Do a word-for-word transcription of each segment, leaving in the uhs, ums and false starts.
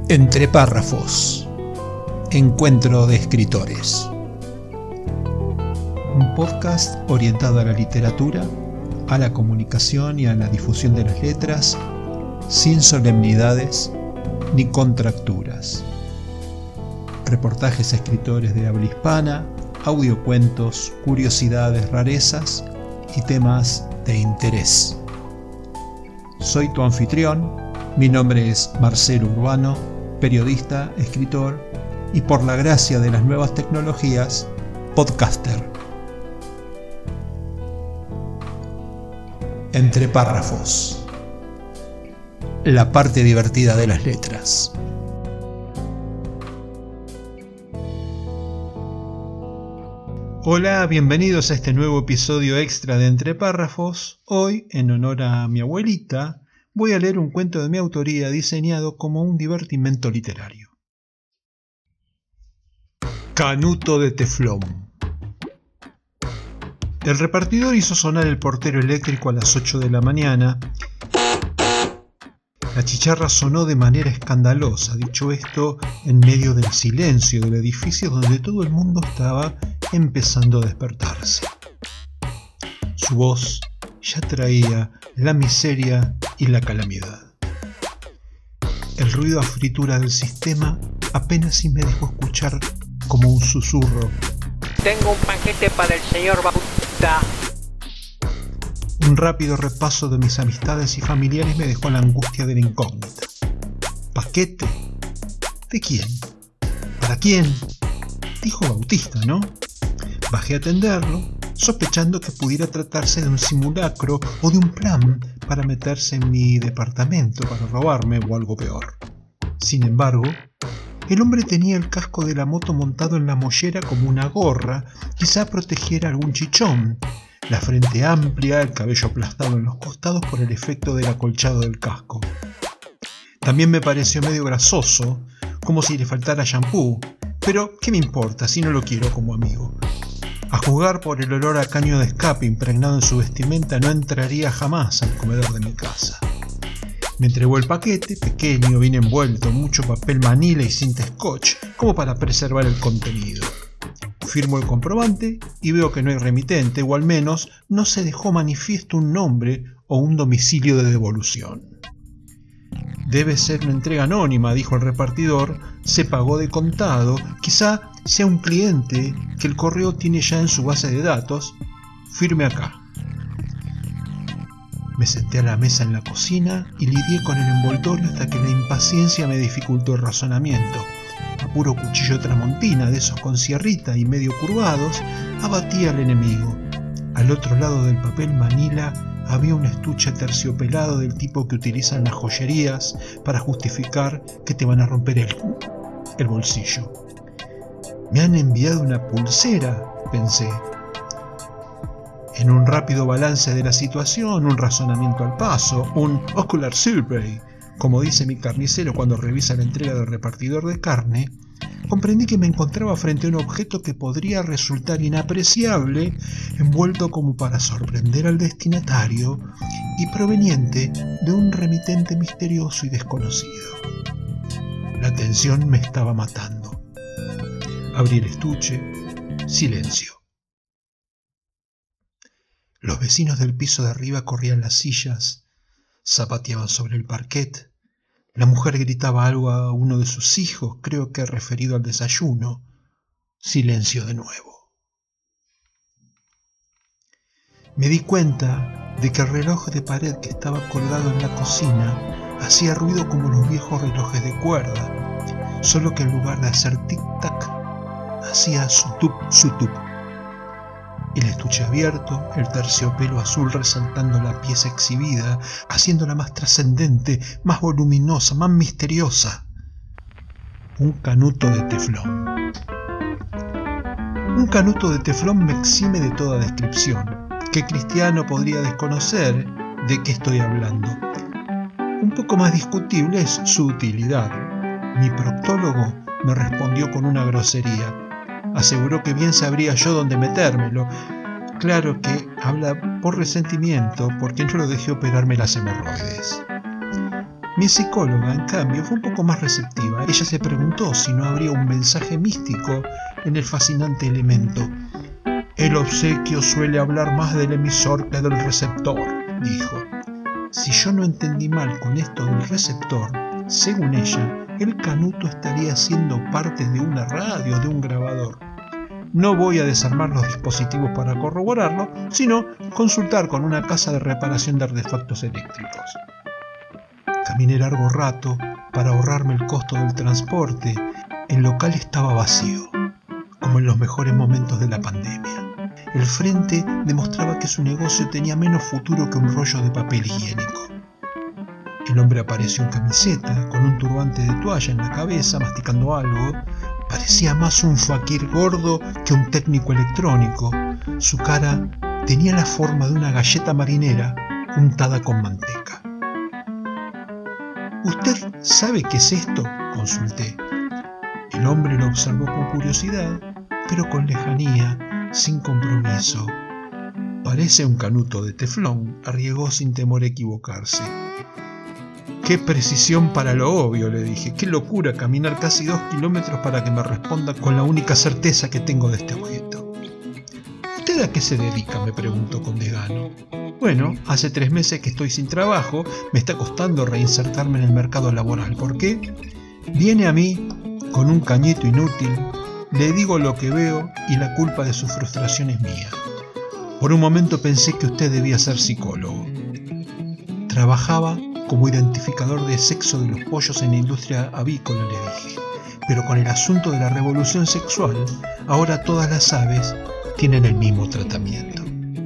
Entre párrafos. Encuentro de escritores. Un podcast orientado a la literatura, a la comunicación y a la difusión de las letras, sin solemnidades ni contracturas. Reportajes a escritores de habla hispana, audiocuentos, curiosidades, rarezas y temas de interés. Soy tu anfitrión, mi nombre es Marcelo Urbano, periodista, escritor y, por la gracia de las nuevas tecnologías, podcaster. Entre párrafos. La parte divertida de las letras. Hola, bienvenidos a este nuevo episodio extra de Entre párrafos. Hoy, en honor a mi abuelita, voy a leer un cuento de mi autoría diseñado como un divertimento literario. Canuto de teflón. El repartidor hizo sonar el portero eléctrico a las ocho de la mañana. La chicharra sonó de manera escandalosa, dicho esto, en medio del silencio del edificio donde todo el mundo estaba empezando a despertarse. Su voz ya traía la miseria y la calamidad. El ruido a fritura del sistema apenas si me dejó escuchar como un susurro. Tengo un paquete para el señor Bautista. Un rápido repaso de mis amistades y familiares me dejó la angustia de la incógnita. ¿Paquete? ¿De quién? ¿Para quién? Dijo Bautista, ¿no? Bajé a atenderlo, sospechando que pudiera tratarse de un simulacro o de un plan para meterse en mi departamento para robarme o algo peor. Sin embargo, el hombre tenía el casco de la moto montado en la mollera como una gorra, quizá protegiera algún chichón, la frente amplia, el cabello aplastado en los costados por el efecto del acolchado del casco. También me pareció medio grasoso, como si le faltara shampoo, pero ¿qué me importa si no lo quiero como amigo? A juzgar por el olor a caño de escape impregnado en su vestimenta, no entraría jamás al comedor de mi casa. Me entregó el paquete, pequeño, bien envuelto, mucho papel manila y cinta scotch, como para preservar el contenido. Firmo el comprobante y veo que no hay remitente, o al menos no se dejó manifiesto un nombre o un domicilio de devolución. Debe ser una entrega anónima, dijo el repartidor. Se pagó de contado. Quizá sea un cliente que el correo tiene ya en su base de datos. Firme acá. Me senté a la mesa en la cocina y lidié con el envoltorio hasta que la impaciencia me dificultó el razonamiento. A puro cuchillo tramontina, de esos con sierrita y medio curvados, abatí al enemigo. Al otro lado del papel manila había un estuche terciopelado del tipo que utilizan las joyerías para justificar que te van a romper el, el bolsillo. Me han enviado una pulsera, pensé. En un rápido balance de la situación, un razonamiento al paso, un ocular survey, como dice mi carnicero cuando revisa la entrega del repartidor de carne, comprendí que me encontraba frente a un objeto que podría resultar inapreciable, envuelto como para sorprender al destinatario y proveniente de un remitente misterioso y desconocido. La tensión me estaba matando. Abrí el estuche. Silencio. Los vecinos del piso de arriba corrían las sillas, zapateaban sobre el parquet. La mujer gritaba algo a uno de sus hijos, creo que referido al desayuno. Silencio de nuevo. Me di cuenta de que el reloj de pared que estaba colgado en la cocina hacía ruido como los viejos relojes de cuerda, solo que en lugar de hacer tic-tac, hacía sutup, sutup. El estuche abierto, el terciopelo azul resaltando la pieza exhibida, haciéndola más trascendente, más voluminosa, más misteriosa. Un canuto de teflón. Un canuto de teflón me exime de toda descripción. ¿Qué cristiano podría desconocer de qué estoy hablando? Un poco más discutible es su utilidad. Mi proctólogo me respondió con una grosería. Aseguró que bien sabría yo dónde metérmelo. Claro que habla por resentimiento porque no lo dejé operarme las hemorroides. Mi psicóloga, en cambio, fue un poco más receptiva. ella se preguntó si no habría un mensaje místico en el fascinante elemento. El obsequio suele hablar más del emisor que del receptor, dijo. Si yo no entendí mal con esto del receptor, según ella, el canuto estaría siendo parte de una radio, de un grabador. No voy a desarmar los dispositivos para corroborarlo, sino consultar con una casa de reparación de artefactos eléctricos. Caminé largo rato para ahorrarme el costo del transporte. El local estaba vacío, como en los mejores momentos de la pandemia. El frente demostraba que su negocio tenía menos futuro que un rollo de papel higiénico. El hombre apareció en camiseta, con un turbante de toalla en la cabeza, masticando algo. Parecía más un faquir gordo que un técnico electrónico. Su cara tenía la forma de una galleta marinera untada con manteca. ¿Usted sabe qué es esto?, consulté. El hombre lo observó con curiosidad, pero con lejanía, sin compromiso. Parece un canuto de teflón, arriesgó sin temor a equivocarse. ¡Qué precisión para lo obvio!, le dije. ¡Qué locura caminar casi dos kilómetros para que me responda con la única certeza que tengo de este objeto! ¿Usted a qué se dedica?, me preguntó con desgano. Bueno, hace tres meses que estoy sin trabajo, me está costando reinsertarme en el mercado laboral. ¿Por qué? Viene a mí con un cañito inútil, le digo lo que veo y la culpa de su frustración es mía. Por un momento pensé que usted debía ser psicólogo. Trabajaba como identificador de sexo de los pollos en la industria avícola, le dije. Pero con el asunto de la revolución sexual, ahora todas las aves tienen el mismo tratamiento.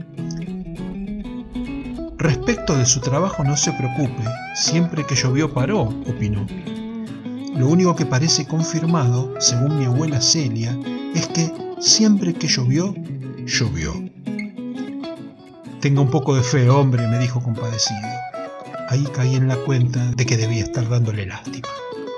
Respecto de su trabajo, no se preocupe, siempre que llovió paró, opinó. Lo único que parece confirmado, según mi abuela Celia, es que siempre que llovió, llovió. Tenga un poco de fe, hombre, me dijo compadecido. Ahí caí en la cuenta de que debía estar dándole lástima.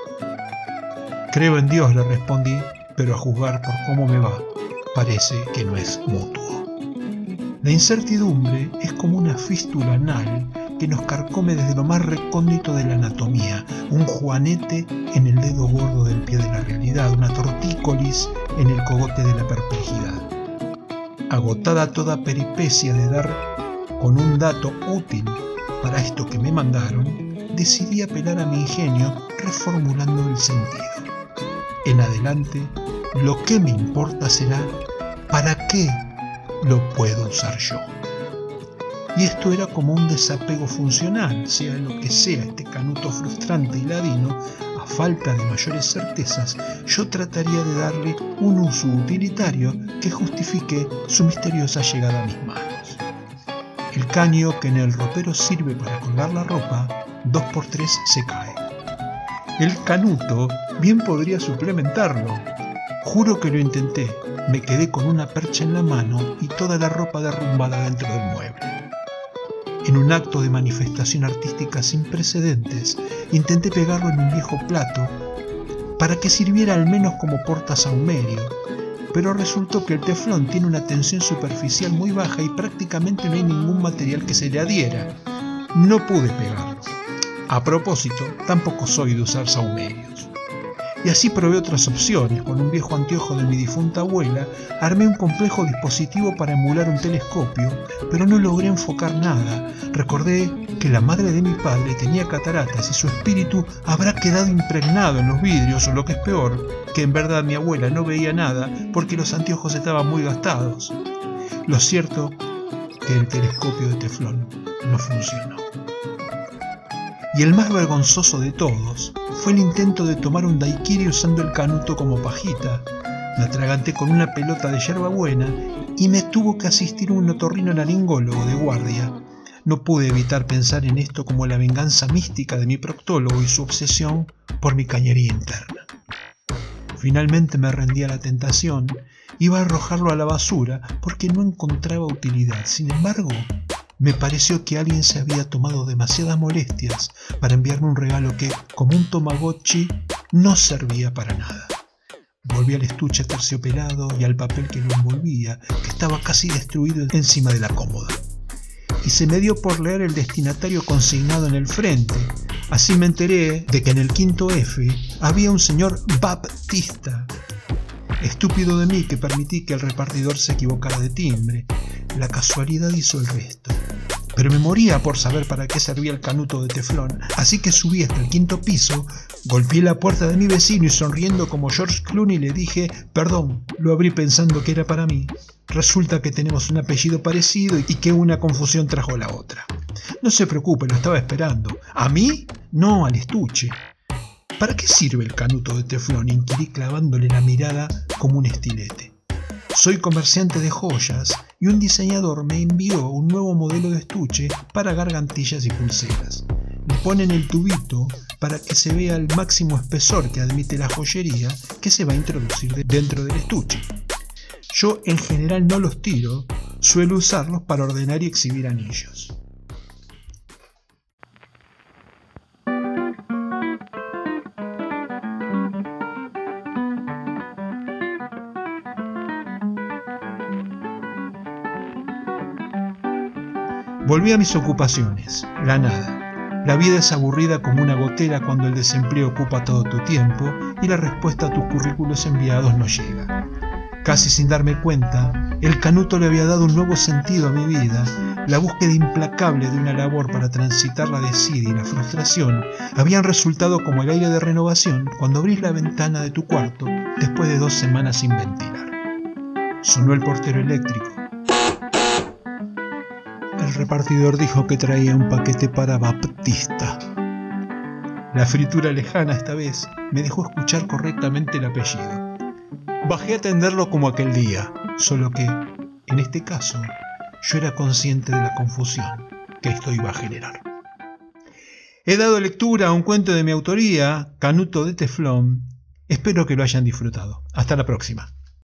Creo en Dios, le respondí, pero a juzgar por cómo me va, parece que no es mutuo. La incertidumbre es como una fístula anal que nos carcome desde lo más recóndito de la anatomía, un juanete en el dedo gordo del pie de la realidad, una tortícolis en el cogote de la perplejidad. Agotada toda peripecia de dar con un dato útil para esto que me mandaron, decidí apelar a mi ingenio reformulando el sentido. En adelante, lo que me importa será ¿para qué lo puedo usar yo? Y esto era como un desapego funcional, sea lo que sea este canuto frustrante y ladino, a falta de mayores certezas, yo trataría de darle un uso utilitario que justifique su misteriosa llegada a mis manos. El caño que en el ropero sirve para colgar la ropa, dos por tres se cae. El canuto bien podría suplementarlo. Juro que lo intenté, me quedé con una percha en la mano y toda la ropa derrumbada dentro del mueble. En un acto de manifestación artística sin precedentes, intenté pegarlo en un viejo plato para que sirviera al menos como portasaumerio, pero resultó que el teflón tiene una tensión superficial muy baja y prácticamente no hay ningún material que se le adhiera. No pude pegarlo. A propósito, tampoco soy de usar saumerios. Y así probé otras opciones. Con un viejo anteojo de mi difunta abuela, armé un complejo dispositivo para emular un telescopio, pero no logré enfocar nada. Recordé que la madre de mi padre tenía cataratas y su espíritu habrá quedado impregnado en los vidrios, o lo que es peor, que en verdad mi abuela no veía nada porque los anteojos estaban muy gastados. Lo cierto que el telescopio de teflón no funcionó. Y el más vergonzoso de todos fue el intento de tomar un daiquiri usando el canuto como pajita. Me atraganté con una pelota de hierbabuena y me tuvo que asistir un otorrinolaringólogo de guardia. No pude evitar pensar en esto como la venganza mística de mi proctólogo y su obsesión por mi cañería interna. Finalmente me rendí a la tentación. Iba a arrojarlo a la basura porque no encontraba utilidad. Sin embargo, me pareció que alguien se había tomado demasiadas molestias para enviarme un regalo que, como un Tamagotchi, no servía para nada. Volví al estuche terciopelado y al papel que lo envolvía, que estaba casi destruido encima de la cómoda. Y se me dio por leer el destinatario consignado en el frente. Así me enteré de que en el quinto F había un señor Baptista. Estúpido de mí que permití que el repartidor se equivocara de timbre. La casualidad hizo el resto. Pero me moría por saber para qué servía el canuto de teflón, así que subí hasta el quinto piso, golpeé la puerta de mi vecino y sonriendo como George Clooney le dije: perdón, lo abrí pensando que era para mí. Resulta que tenemos un apellido parecido y que una confusión trajo la otra. No se preocupe, lo estaba esperando. ¿A mí? No, al estuche. ¿Para qué sirve el canuto de teflón?, inquirí clavándole la mirada como un estilete. Soy comerciante de joyas y un diseñador me envió un nuevo modelo de estuche para gargantillas y pulseras. Le ponen el tubito para que se vea el máximo espesor que admite la joyería que se va a introducir dentro del estuche. Yo en general no los tiro, suelo usarlos para ordenar y exhibir anillos. Volví a mis ocupaciones, la nada. La vida es aburrida como una gotera cuando el desempleo ocupa todo tu tiempo y la respuesta a tus currículos enviados no llega. Casi sin darme cuenta, el canuto le había dado un nuevo sentido a mi vida. La búsqueda implacable de una labor para transitar la desidia y la frustración habían resultado como el aire de renovación cuando abrís la ventana de tu cuarto después de dos semanas sin ventilar. Sonó el portero eléctrico. El repartidor dijo que traía un paquete para Baptista. La fritura lejana esta vez me dejó escuchar correctamente el apellido. Bajé a atenderlo como aquel día, solo que, en este caso, yo era consciente de la confusión que esto iba a generar. He dado lectura a un cuento de mi autoría, Canuto de Teflón. Espero que lo hayan disfrutado. Hasta la próxima.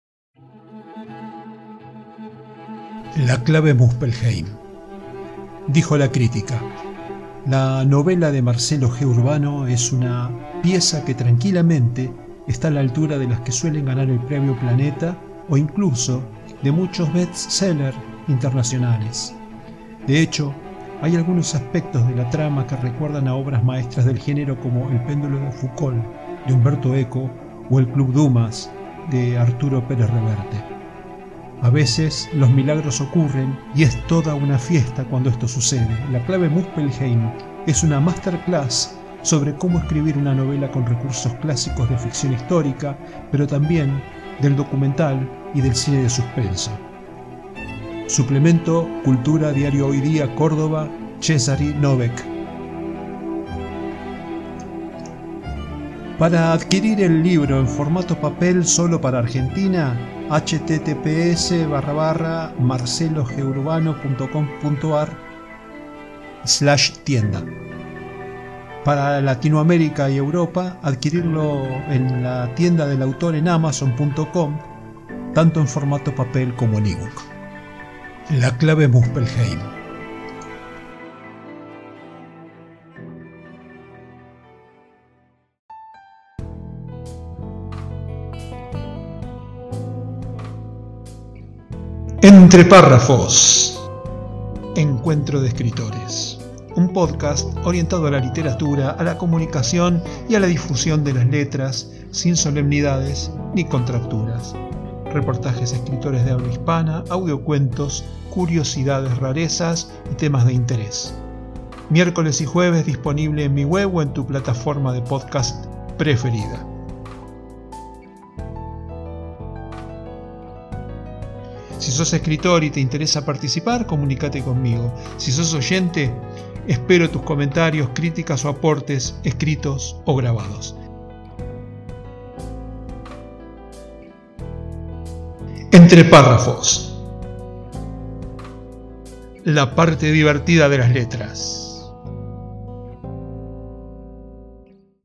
La clave Muspelheim. Dijo la crítica: la novela de Marcelo G. Urbano es una pieza que tranquilamente está a la altura de las que suelen ganar el premio Planeta o incluso de muchos bestsellers internacionales. De hecho, hay algunos aspectos de la trama que recuerdan a obras maestras del género como El péndulo de Foucault, de Humberto Eco, o El Club Dumas, de Arturo Pérez Reverte. A veces los milagros ocurren y es toda una fiesta cuando esto sucede. La clave Muspelheim es una masterclass sobre cómo escribir una novela con recursos clásicos de ficción histórica, pero también del documental y del cine de suspenso. Suplemento Cultura, Diario Hoy Día, Córdoba, Cesari Novek. Para adquirir el libro en formato papel solo para Argentina, https barra barra marcelogeurbano.com.ar slash tienda. Para Latinoamérica y Europa, adquirirlo en la tienda del autor en amazon punto com, tanto en formato papel como en ebook. La clave Muspelheim. Entre párrafos. Encuentro de escritores. Un podcast orientado a la literatura, a la comunicación y a la difusión de las letras, sin solemnidades ni contracturas. Reportajes de escritores de habla hispana, audiocuentos, curiosidades, rarezas y temas de interés. Miércoles y jueves disponible en mi web o en tu plataforma de podcast preferida. Si sos escritor y te interesa participar, comunícate conmigo. Si sos oyente, espero tus comentarios, críticas o aportes escritos o grabados. Entre párrafos. La parte divertida de las letras.